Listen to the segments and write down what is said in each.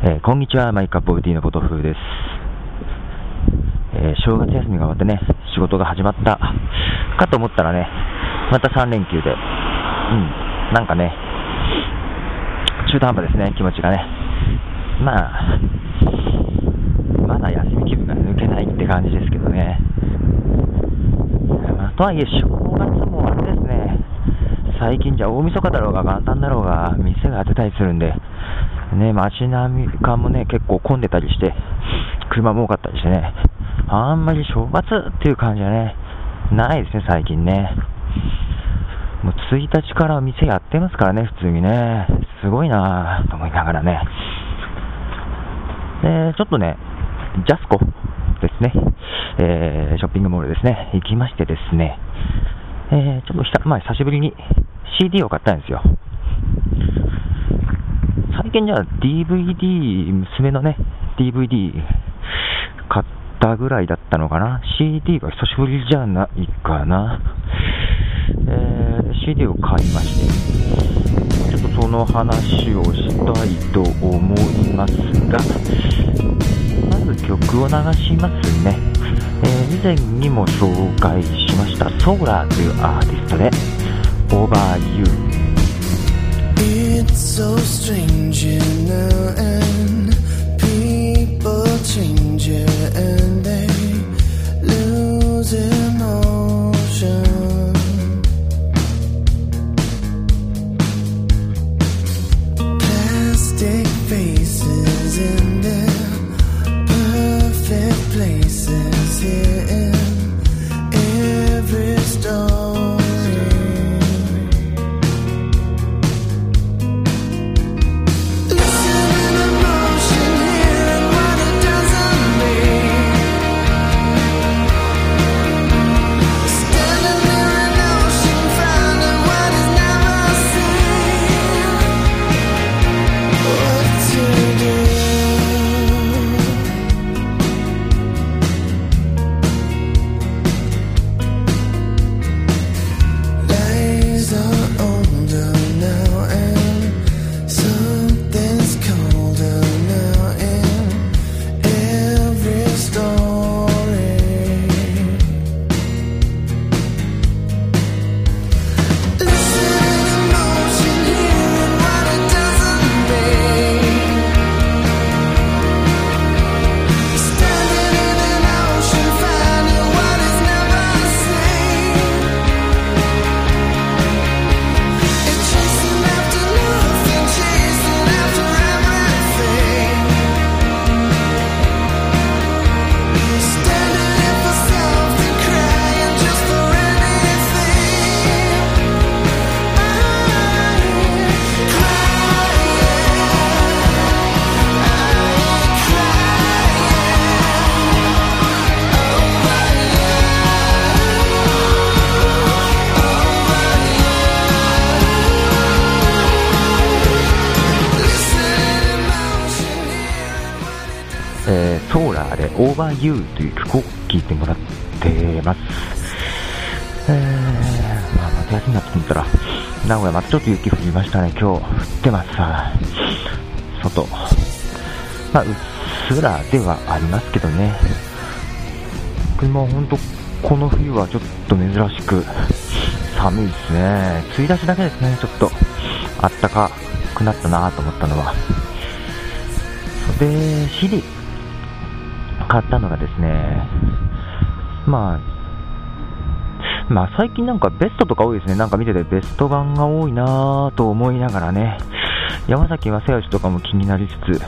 こんにちは、マイカップオブティーのポトフです。正月休みが終わってね、仕事が始まったかと思ったらね、また3連休で、なんかね、中途半端ですね、気持ちがね。まだ休み気分が抜けないって感じですけどね。とはいえ、正月もあれですね、最近じゃ大晦日だろうが元旦だろうが、店が当てたりするんで、ね、街並みかもね、結構混んでたりして、車も多かったりしてね、あんまり正月っていう感じはね、ないですね、最近ね。もう1日から店やってますからね、普通にね、すごいなぁと思いながらね。ちょっとね、ジャスコですね、ショッピングモールですね、行きましてですね、ちょっと久しぶりに CD を買ったんですよ。最近じゃあ DVD、娘のね、DVD 買ったぐらいだったのかな。CD は久しぶりじゃないかな。CD を買いまして、ちょっとその話をしたいと思いますが、まず曲を流しますね。以前にも紹介しましたソーラーというアーティストで Over You。It's so strange now and people change and they lose emotion. Plastic faces in their perfect places here in every tooソーラーで Over You という曲を聴いてもらってます。また休みになってきたら名古屋またちょっと雪降りましたね。今日降ってますさ外、うっすらではありますけどね。もうほんとこの冬はちょっと珍しく寒いですね。梅雨出しだけですね、ちょっとあったかくなったなと思ったのは。で CD 買ったのがですね、最近なんかベストとか多いですね。なんか見ててベスト版が多いなぁと思いながらね、山崎正義とかも気になりつつ、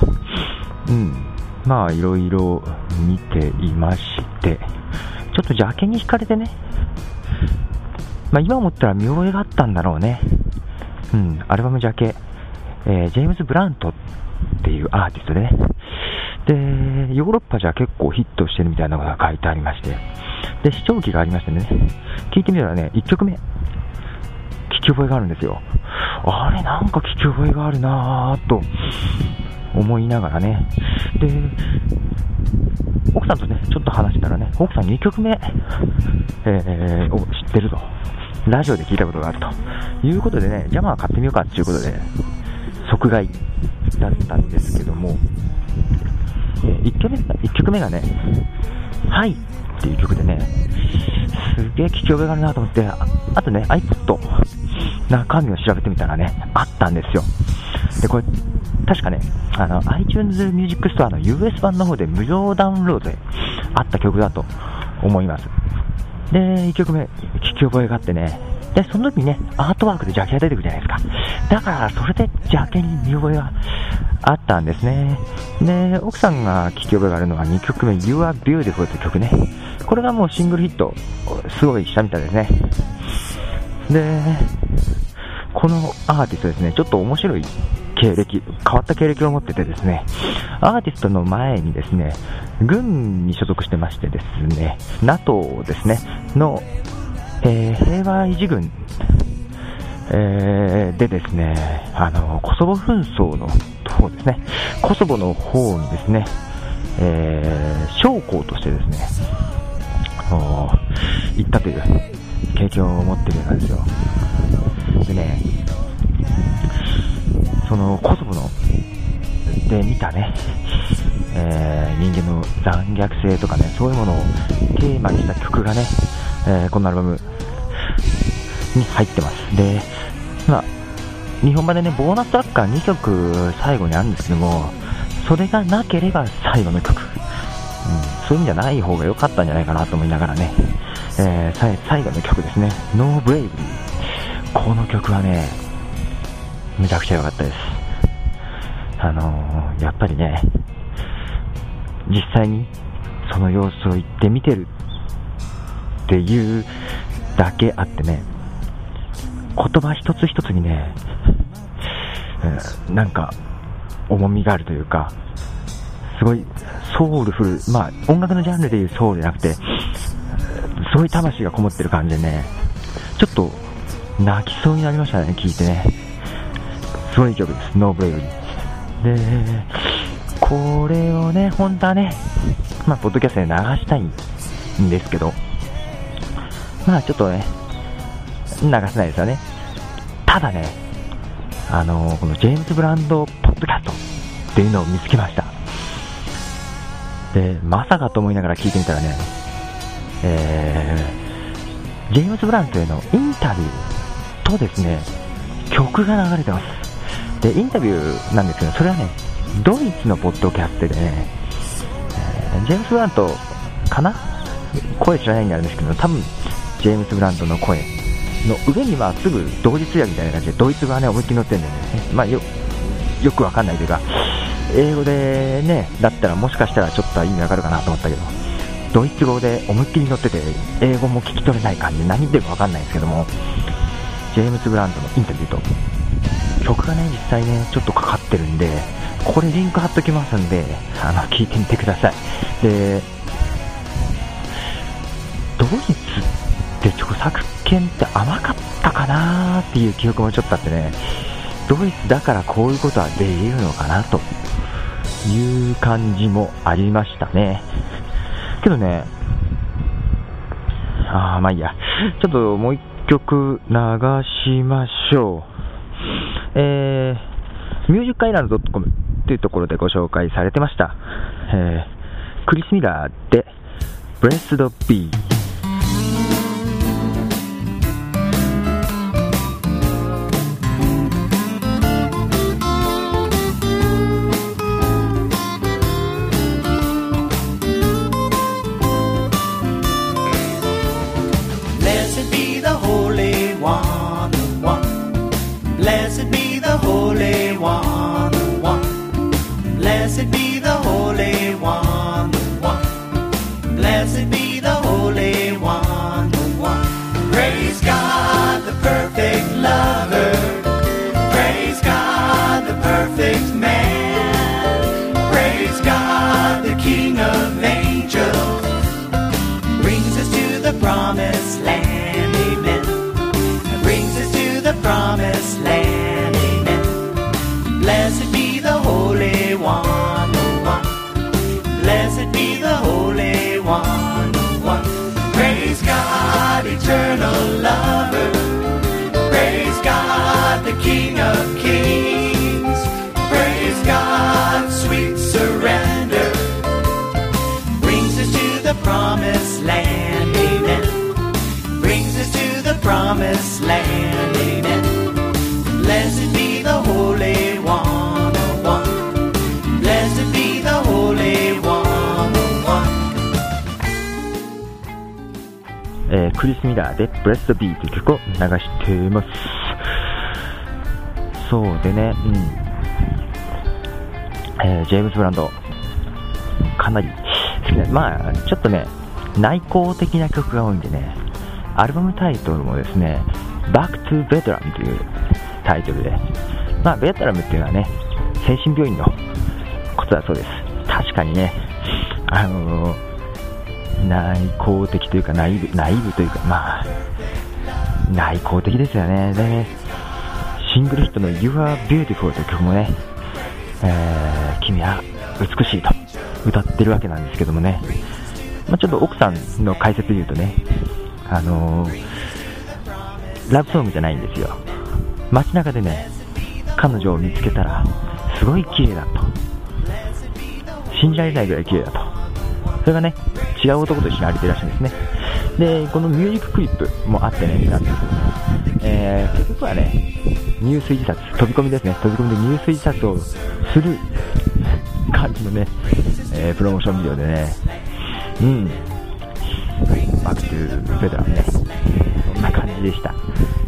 いろいろ見ていまして、ちょっとジャケに惹かれてね、今思ったら見覚えがあったんだろうね。アルバムジャケ、ジェームズ・ブラントっていうアーティストでね、でヨーロッパじゃ結構ヒットしてるみたいなことが書いてありまして、で視聴記がありましてね、聞いてみたらね、1曲目聞き覚えがあるんですよ。あれなんか聞き覚えがあるなぁと思いながらね、で奥さんとねちょっと話したらね、奥さん2曲目、を知ってると、ラジオで聞いたことがあるということでね、じゃあ買ってみようかということで即買いだったんですけども、 1曲目がね、はいっていう曲でね、すげえ聞き覚えがあるなと思って、あとね、iPod、中身を調べてみたらね、あったんですよ。で、これ、確かね、iTunes Music Store の US 版の方で無料ダウンロードであった曲だと思います。で、1曲目、聞き覚えがあってね、で、その時にね、アートワークでジャケが出てくるじゃないですか。だから、それでジャケに見覚えがあったんですね。で、奥さんが聞き覚えがあるのは2曲目、You Are Beautiful という曲ね。これがもうシングルヒット、すごいしたみたいですね。で、このアーティストですね、ちょっと面白い経歴、変わった経歴を持っててですね、アーティストの前にですね、軍に所属してましてですね、NATO ですね、の、平和維持軍、でですね、コソボ紛争の方ですね、コソボの方にですね、将校としてですね、行ったという経験を持っているんですよ。でね、そのコソボので見たね、人間の残虐性とかね、そういうものをテーマにした曲がね、このアルバムに入ってます。で、まあ、日本版でね、ボーナストラックが2曲最後にあるんですけども、それがなければ最後の曲、そういう意味じゃない方が良かったんじゃないかなと思いながらね、最後の曲ですね、No Bravery。この曲はね、めちゃくちゃ良かったです。やっぱりね、実際にその様子を言ってみてるっていうだけあってね、言葉一つ一つにね、なんか重みがあるというか、すごいソウルフル、まあ音楽のジャンルでいうソウルじゃなくて、そういう魂がこもってる感じでね、ちょっと泣きそうになりましたね、聞いてね。すごい曲です、ノーブレイブリー。で、これをね、本当はね、まあポッドキャストで流したいんですけど、まあちょっとね、流せないですよね。ただね、このジェームズ・ブランドポッドキャストっていうのを見つけました。で、まさかと思いながら聞いてみたらね、ジェームズ・ブランドへのインタビューとですね、曲が流れてます。で、インタビューなんですけど、それはね、ドイツのポッドキャストでね、ジェームズ・ブランドかな、声知らないんであるんですけど、多分ジェームズ・ブランドの声の上にはすぐ同時通訳みたいな感じでドイツ語がね、思いっきり載ってるんだよね。まあよくわかんないというか、英語でね、だったらもしかしたらちょっと意味わかるかなと思ったけど、ドイツ語で思いっきり載ってて、英語も聞き取れない感じで何言ってるかわかんないんですけども、ジェームズ・ブランドのインタビューと曲がね、実際ね、ちょっとかかってるんで、これリンク貼っときますんで、聞いてみてください。で、ドイツって著作権って甘かったかなーっていう記憶もちょっとあってね、ドイツだからこういうことはできるのかなという感じもありましたね。けどね、まあいいや、ちょっともう一曲流しましょう。ミュージックアイランド .com というところでご紹介されてました、クリス・ミラーで Blessed Be。 Blessed be the Holy One, the One. Blessed be the Holy One, the One. Blessed be the Holy One, the One. Praise God, the perfect lover. Praise God, the perfect man. Praise God, the King of angels. Brings us to the promised land, amen. Brings us to the promised land, amen. クリス・ミラーでブレストビーという曲を流しています。そうでね、ジェームズ・ブランドかなり好きな、まあちょっとね内向的な曲が多いんでね、アルバムタイトルもですね Back to Bedlam というタイトルで、まあベトナムっていうのはね精神病院のことだそうです。確かにね内向的というかナイブというか、まあ内向的ですよね。でね、シングルヒットの You Are Beautiful という曲もね、君は美しいと歌ってるわけなんですけどもね、まあ、ちょっと奥さんの解説で言うとね、ラブソングじゃないんですよ。街中でね彼女を見つけたらすごい綺麗だと、信じられないぐらい綺麗だと、それがね違う男と一緒に歩いてるらしいんですね。でこのミュージッククリップもあってねなんですけどね、結局はね入水自殺、飛び込みですね、飛び込みで入水自殺をする感じのね、プロモーションビデオでね、バックトゥーベトナムね、そんな感じでした。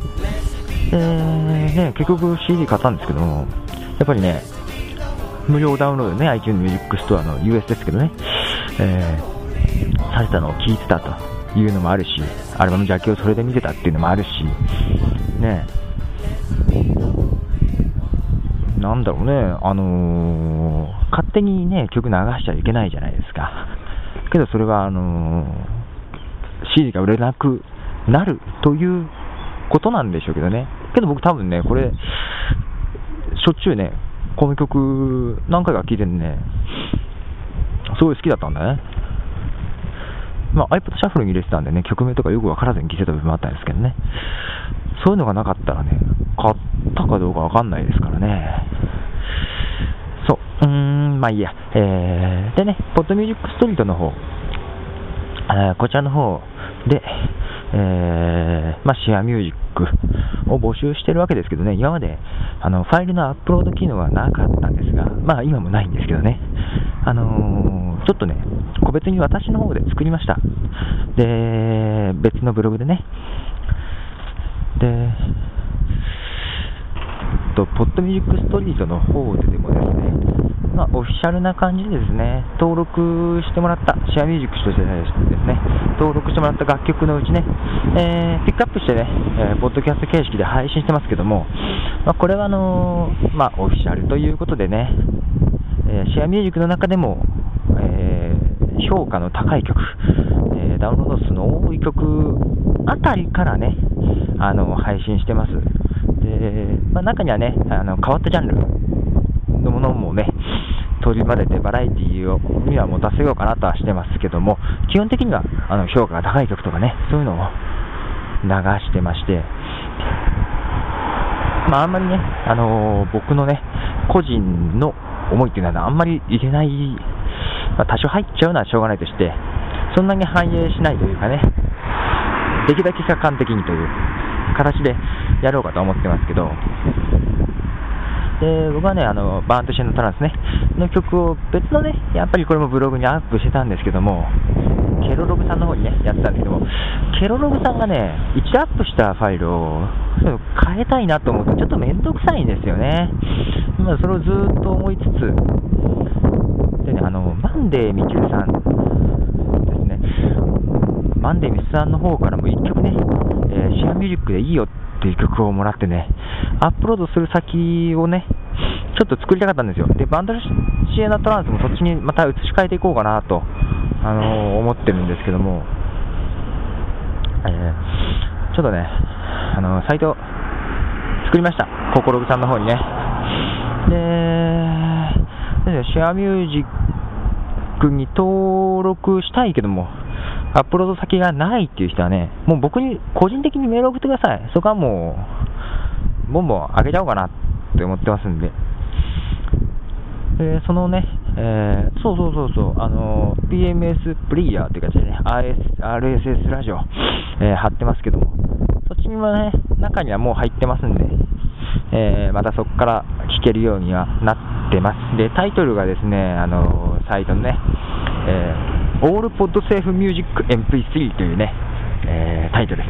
ね、結局 CD 買ったんですけども、やっぱりね無料ダウンロードね iTunes ミュージックストアの US ですけどね、されたのを聞いてたというのもあるし、アルバムジャケをそれで見てたっていうのもあるしね、なんだろうね、勝手にね曲流しちゃいけないじゃないですか。けどそれはCD が売れなくなるということなんでしょうけどね。けど僕多分ねこれしょっちゅうねこの曲何回か聴いてるね、すごい好きだったんだね。まあ iPod シャッフルに入れてたんでね、曲名とかよく分からずに聴いてた部分もあったんですけどね、そういうのがなかったらね買ったかどうか分かんないですからね。そう、まあいいや。でね、ポッドミュージックストリートの方、こちらの方で、まあ、シェアミュージックを募集してるわけですけどね、今までファイルのアップロード機能はなかったんですが、まあ今もないんですけどね、ちょっとね個別に私の方で作りました。で別のブログでね、でポッドミュージックストリートの方でもですね、まあ、オフィシャルな感じでですね登録してもらったシェアミュージックとしてですね登録してもらった楽曲のうちね、ピックアップしてね、ポッドキャスト形式で配信してますけども、まあ、これはまあ、オフィシャルということでね、シェアミュージックの中でも、評価の高い曲、ダウンロード数の多い曲あたりからね配信してます。で、まあ、中にはね変わったジャンルのものもね取り混ぜてバラエティをには持たせようかなとはしてますけども、基本的には評価が高い曲とかねそういうのを流してまして、まああんまりね僕のね個人の思いっていうのはあんまり入れない、まあ、多少入っちゃうのはしょうがないとして、そんなに反映しないというかね、できるだけ客観的にという形でやろうかと思ってますけど、で僕はねバーントシェンのトランスねの曲を別のねやっぱりこれもブログにアップしてたんですけども、ケロログさんの方にねやってたんですけども、ケロログさんがね一度アップしたファイルを変えたいなと思うとちょっとめんどくさいんですよね。まあ、それをずっと思いつつでね、マンデーみちるさんですね、マンデーみちるさんの方からも1曲ね、シェアミュージックでいいよっていう曲をもらってね、アップロードする先をねちょっと作りたかったんですよ。でバンドシエナトランスもそっちにまた移し替えていこうかなと、思ってるんですけども、ちょっとねサイト作りました、ココログさんの方にね。でシェアミュージックに登録したいけどもアップロード先がないっていう人はね、もう僕に個人的にメール送ってください。そこはもうボンボン上げちゃおうかなって思ってますんで、そのね、そう、PMS プレイヤーっていう感じでね RSS ラジオ、貼ってますけども、そっちにもね中にはもう入ってますんで、またそこから聴けるようにはなってます。でタイトルがですねサイトのね、All Pod Safe Music MP3 というねタイトル、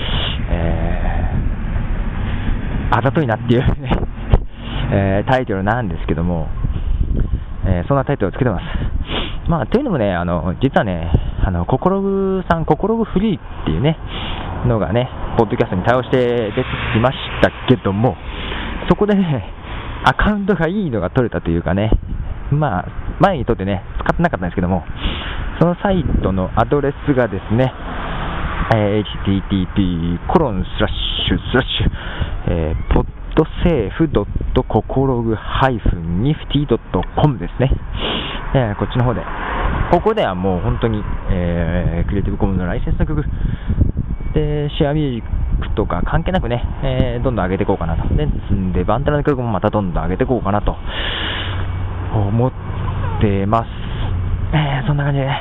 あざといなっていう、ねタイトルなんですけども、そんなタイトルをつけてます。まあ、というのもね、実はね、ココログさん、ココログフリーっていうね、のがね、ポッドキャストに対応して出てきましたけども、そこでね、アカウントがいいのが取れたというかね、まあ、前にとってね、使ってなかったんですけども、そのサイトのアドレスがですね、http://podsafe.cocolog-nifty.com ですね、こっちの方で、ここではもう本当に、クリエイティブコモンズのライセンスの曲で、シェアミュージックとか関係なくね、どんどん上げていこうかなと。で、バンタラの曲もまたどんどん上げていこうかなと思ってます。そんな感じで、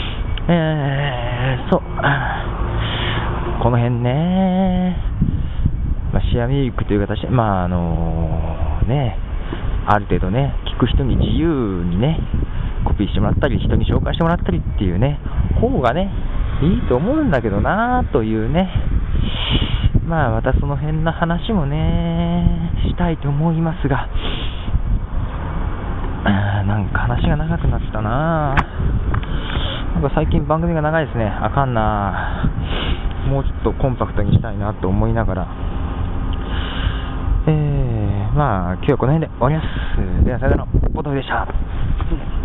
そう、この辺ね、シェアミュージックという形で、ね、ある程度ね、聞く人に自由にね、コピーしてもらったり、人に紹介してもらったりっていうね、方がね、いいと思うんだけどなというね、またその辺の話もね、したいと思いますが、なんか話が長くなったな。なんか最近番組が長いですね。あかんな。もうちょっとコンパクトにしたいなと思いながら、今日はこの辺で終わります。ではさよなら、ポトフでした。